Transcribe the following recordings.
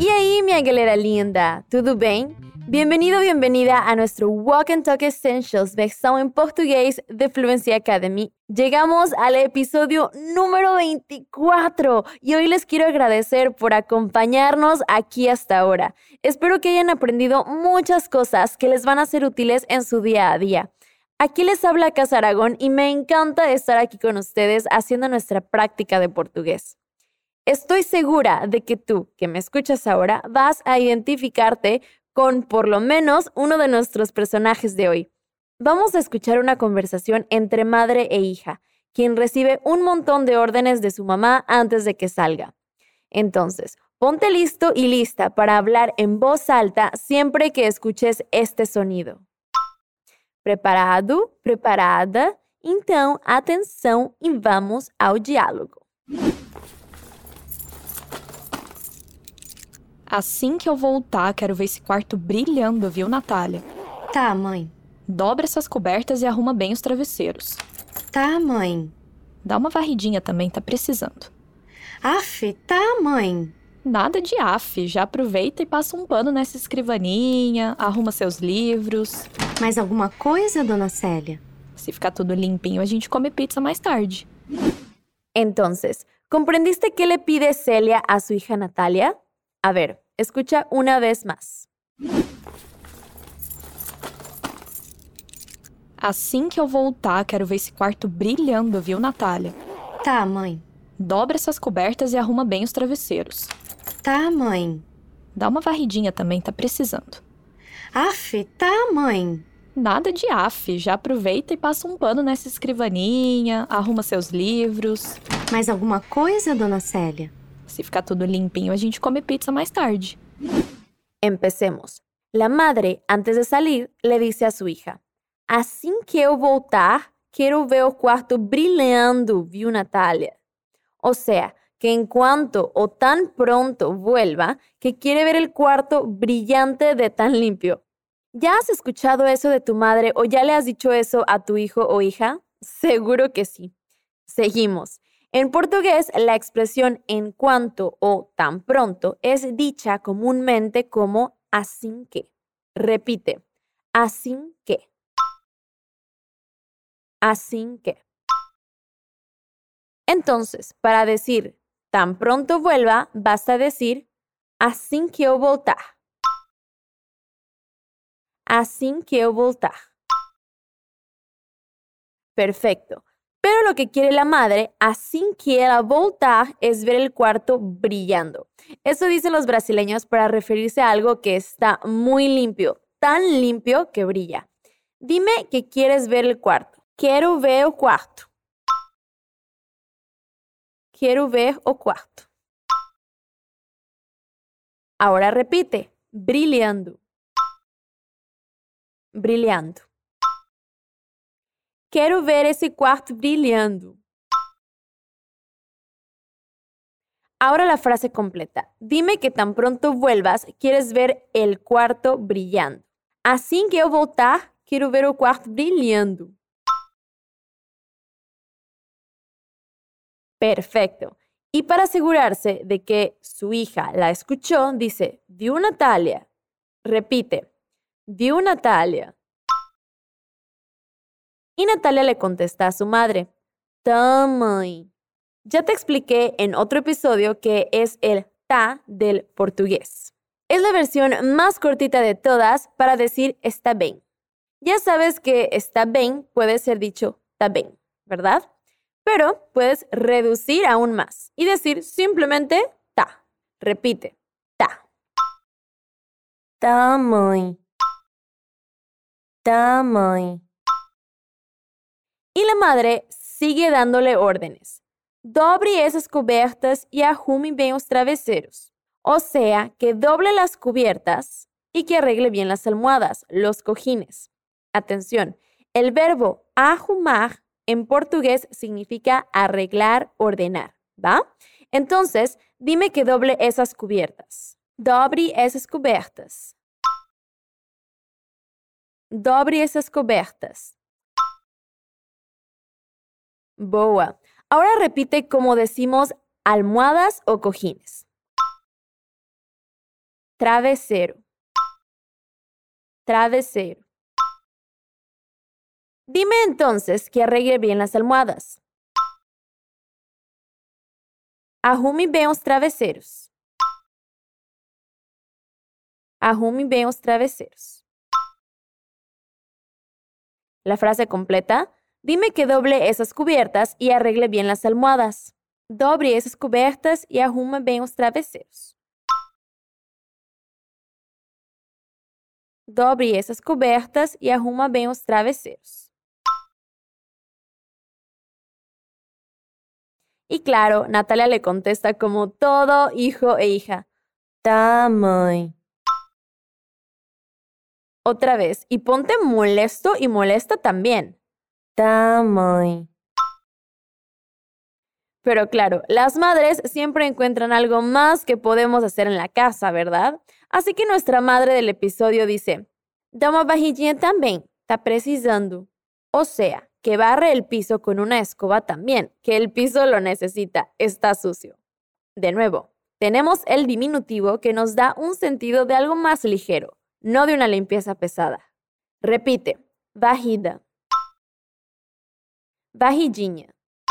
E aí, minha galera linda, tudo bem? Bem-vindo, bem-vinda a nuestro Walk and Talk Essentials versión en portugués de Fluency Academy. Llegamos al episodio número 24 y hoy les quiero agradecer por acompañarnos aquí hasta ahora. Espero que hayan aprendido muchas cosas que les van a ser útiles en su día a día. Aquí les habla Casa Aragón y me encanta estar aquí con ustedes haciendo nuestra práctica de portugués. Estoy segura de que tú, que me escuchas ahora, vas a identificarte con por lo menos uno de nuestros personajes de hoy. Vamos a escuchar una conversación entre madre e hija, quien recibe un montón de órdenes de su mamá antes de que salga. Entonces, ponte listo y lista para hablar en voz alta siempre que escuches este sonido. Preparado? Preparada? Então, atenção e vamos ao diálogo. Assim que eu voltar, quero ver esse quarto brilhando, viu, Natália? Tá, mãe. Dobra essas cobertas e arruma bem os travesseiros. Tá, mãe. Dá uma varridinha também, tá precisando. Aff, tá, mãe. Nada de af, já aproveita e passa um pano nessa escrivaninha, arruma seus livros. Mais alguma coisa, dona Célia? Se ficar tudo limpinho, a gente come pizza mais tarde. Entonces, ¿comprendiste qué le pide Celia a su hija Natalia? A ver, escucha una vez más. Assim que eu voltar, quero ver esse quarto brilhando, viu, Natália? Tá, mãe. Dobra essas cobertas e arruma bem os travesseiros. Tá, mãe. Dá uma varridinha também, tá precisando. Aff, tá, mãe. Nada de af, já aproveita e passa um pano nessa escrivaninha, arruma seus livros. Mais alguma coisa, dona Célia? Se ficar tudo limpinho, a gente come pizza mais tarde. Empecemos. La madre, antes de salir, le dice a su hija: Assim que eu voltar, quero ver o quarto brilhando, viu, Natalia? O sea, que en cuanto o tan pronto vuelva, que quiere ver el cuarto brillante de tan limpio. ¿Ya has escuchado eso de tu madre o ya le has dicho eso a tu hijo o hija? Seguro que sí. Seguimos. En portugués, la expresión en cuanto o tan pronto es dicha comúnmente como assim que. Repite, assim que. Assim que. Entonces, para decir tan pronto vuelva, basta decir assim que eu voltar. Assim que eu voltar. Perfecto. Pero lo que quiere la madre, así que ella voltar, es ver el cuarto brillando. Eso dicen los brasileños para referirse a algo que está muy limpio, tan limpio que brilla. Dime que quieres ver el cuarto. Quiero ver o cuarto. Quiero ver o cuarto. Ahora repite, brilhando. Brilhando. Quero ver esse quarto brilhando. Ahora la frase completa. Dime que tan pronto vuelvas, quieres ver el cuarto brillando. Assim que eu voltar, quero ver o quarto brilhando. Perfecto. Y para asegurarse de que su hija la escuchó, dice, viu Natalia. Repite, viu Natalia. Y Natalia le contesta a su madre, tá, mãe. Ya te expliqué en otro episodio que es el tá del portugués. Es la versión más cortita de todas para decir está bien. Ya sabes que está bien puede ser dicho tá bem, ¿verdad? Pero puedes reducir aún más y decir simplemente tá. Repite, tá. Tá, mãe. Tá, mãe. Y la madre sigue dándole órdenes. Dobre esas cubiertas y arrume bien los travesseros. O sea, que doble las cubiertas y que arregle bien las almohadas, los cojines. Atención, el verbo arrumar en portugués significa arreglar, ordenar, ¿va? Entonces, dime que doble esas cubiertas. Dobre esas cubiertas. Dobre esas cubiertas. Boa. Ahora repite como decimos almohadas o cojines. travesero, travesero. Dime entonces que arregle bien las almohadas. Arrume bem os travesseiros. Arrume bem os travesseiros. La frase completa. Dime que doble esas cubiertas y arregle bien las almohadas. Dobre esas cobertas e arruma bem os travesseiros. Dobre essas cobertas e arruma bem os travesseiros. Y claro, Natalia le contesta como todo hijo e hija. Tá, mãe. Otra vez, y ponte molesto y molesta también. Tá, mãe. Pero claro, las madres siempre encuentran algo más que podemos hacer en la casa, ¿verdad? Así que nuestra madre del episodio dice, dá uma varridinha também, tá precisando. O sea, que barre el piso con una escoba también, que el piso lo necesita, está sucio. De nuevo, tenemos el diminutivo que nos da un sentido de algo más ligero, no de una limpieza pesada. Repite, varrida, varridinha.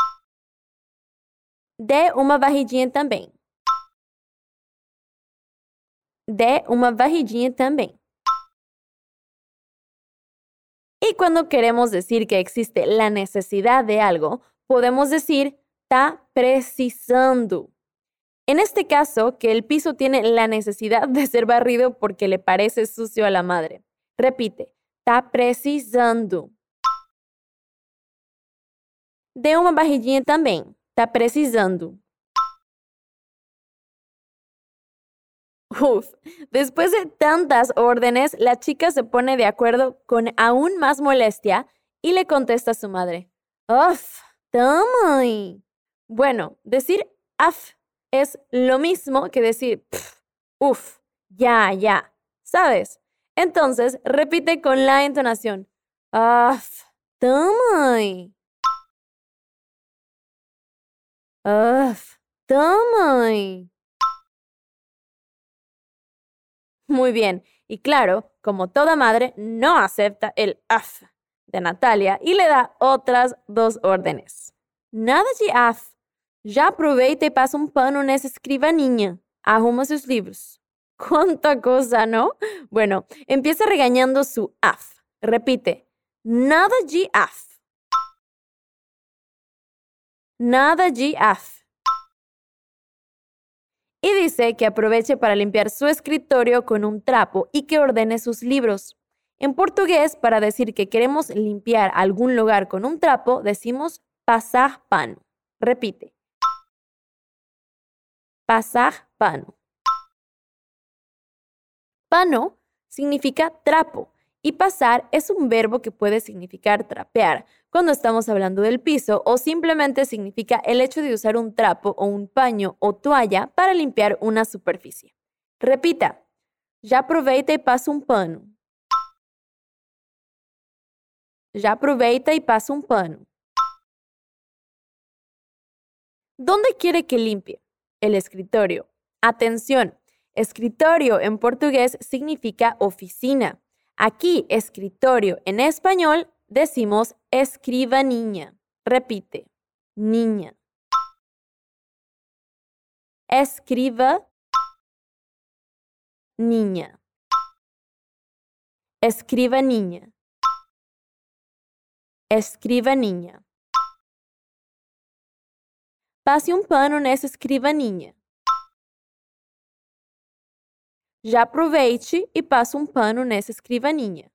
Dê uma varridinha também. Dê uma varridinha também. Y cuando queremos decir que existe la necesidad de algo, podemos decir tá precisando. En este caso, que el piso tiene la necesidad de ser barrido porque le parece sucio a la madre. Repite, tá precisando. Dê uma varridinha também. Tá precisando. Uf, después de tantas órdenes, la chica se pone de acuerdo con aún más molestia y le contesta a su madre. Uf, tá, mãe. Bueno, decir af es lo mismo que decir pf, uf, ya, ¿sabes? Entonces, repite con la entonación. Af, tá, mãe. Uf, tá, mãe. Muy bien, y claro, como toda madre, no acepta el af de Natalia y le da otras dos órdenes. Nada de af. Já aproveita e passa um pano nessa escrivaninha. Arruma sus libros. ¡Cuánta cosa!, ¿no? Bueno, empieza regañando su af. Repite, nada de af. Nada de af. Y dice que aproveche para limpiar su escritorio con un trapo y que ordene sus libros. En portugués, para decir que queremos limpiar algún lugar con un trapo, decimos passar pano. Repite. Passar pano. Pano significa trapo y pasar es un verbo que puede significar trapear cuando estamos hablando del piso o simplemente significa el hecho de usar un trapo o un paño o toalla para limpiar una superficie. Repita, já aproveita e passa um pano. Já aproveita y pasa un pano. ¿Dónde quiere que limpie? El escritorio. Atención, escritorio en portugués significa oficina. Aquí, escritorio en español, decimos escrivaninha. Repite, niña. Escriva, niña. Escriva, niña. Escriva, niña. Passe um pano nessa escrivaninha. Já aproveite e passe um pano nessa escrivaninha.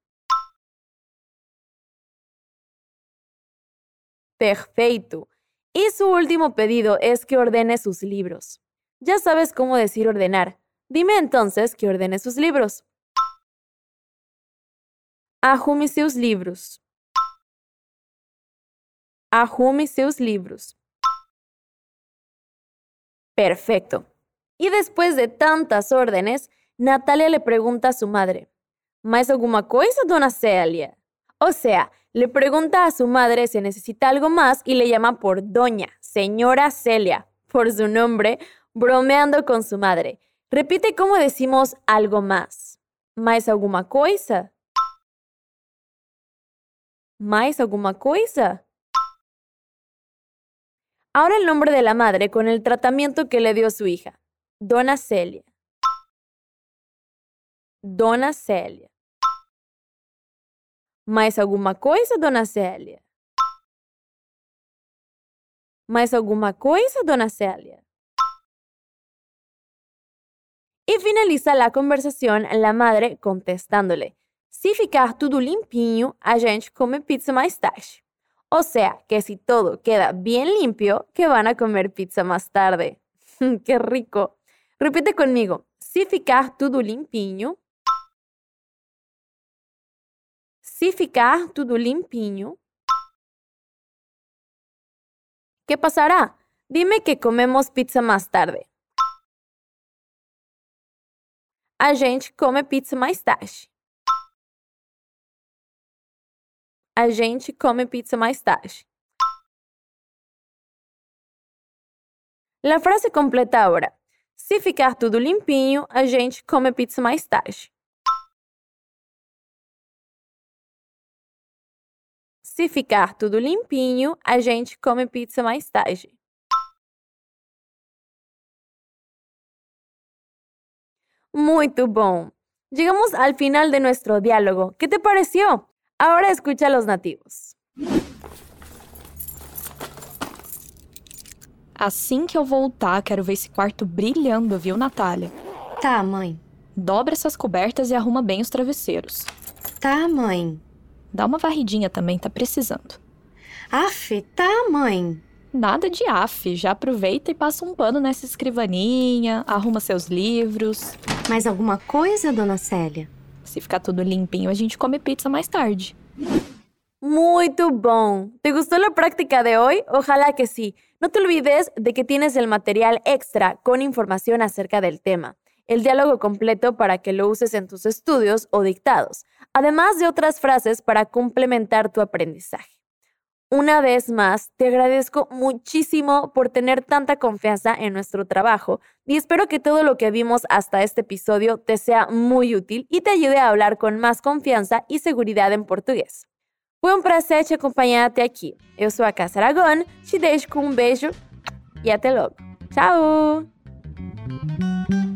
Perfecto. Y su último pedido es que ordene sus libros. Ya sabes cómo decir ordenar. Dime entonces que ordene sus libros. Arrume seus livros. Arrume seus livros. Perfecto. Y después de tantas órdenes, Natalia le pregunta a su madre, ¿mais alguma coisa, dona Célia? O sea, le pregunta a su madre si necesita algo más y le llama por doña, señora Celia, por su nombre, bromeando con su madre. Repite cómo decimos algo más. Mais alguma coisa? Mais alguma coisa? Ahora el nombre de la madre con el tratamiento que le dio su hija. Dona Célia. Dona Célia. Mais alguma coisa, Dona Célia? Mais alguma coisa, Dona Célia? Y finaliza la conversación la madre contestándole: se ficar tudo limpinho, a gente come pizza mais tarde. O sea, que si todo queda bien limpio, que van a comer pizza más tarde. ¡Qué rico! Repite conmigo: se ficar tudo limpinho. Se ficar tudo limpinho. ¿Qué pasará? Dime que comemos pizza más tarde. A gente come pizza mais tarde. A gente come pizza mais tarde. La frase completa ahora. Se ficar tudo limpinho, a gente come pizza mais tarde. Se ficar tudo limpinho, a gente come pizza mais tarde. Muito bom. Llegamos al final de nuestro diálogo. ¿Qué te pareció? Ahora escucha a los nativos. Assim que eu voltar, quero ver esse quarto brilhando, viu, Natália? Tá, mãe. Dobra essas cobertas e arruma bem os travesseiros. Tá, mãe. Dá uma varridinha também, tá precisando. Aff, tá, mãe. Nada de af, já aproveita e passa um pano nessa escrivaninha, arruma seus livros. Mais alguma coisa, Dona Célia? Se ficar tudo limpinho, a gente come pizza mais tarde. Muito bom. ¿Te gustó la práctica de hoy? Ojalá que sí. No te olvides de que tienes el material extra con información acerca del tema, el diálogo completo para que lo uses en tus estudios o dictados, además de otras frases para complementar tu aprendizaje. Una vez más, te agradezco muchísimo por tener tanta confianza en nuestro trabajo y espero que todo lo que vimos hasta este episodio te sea muy útil y te ayude a hablar con más confianza y seguridad en português. Foi um prazer te acompanhar até aqui. Eu sou a Cássia Aragón, te deixo com um beijo e até logo. Tchau!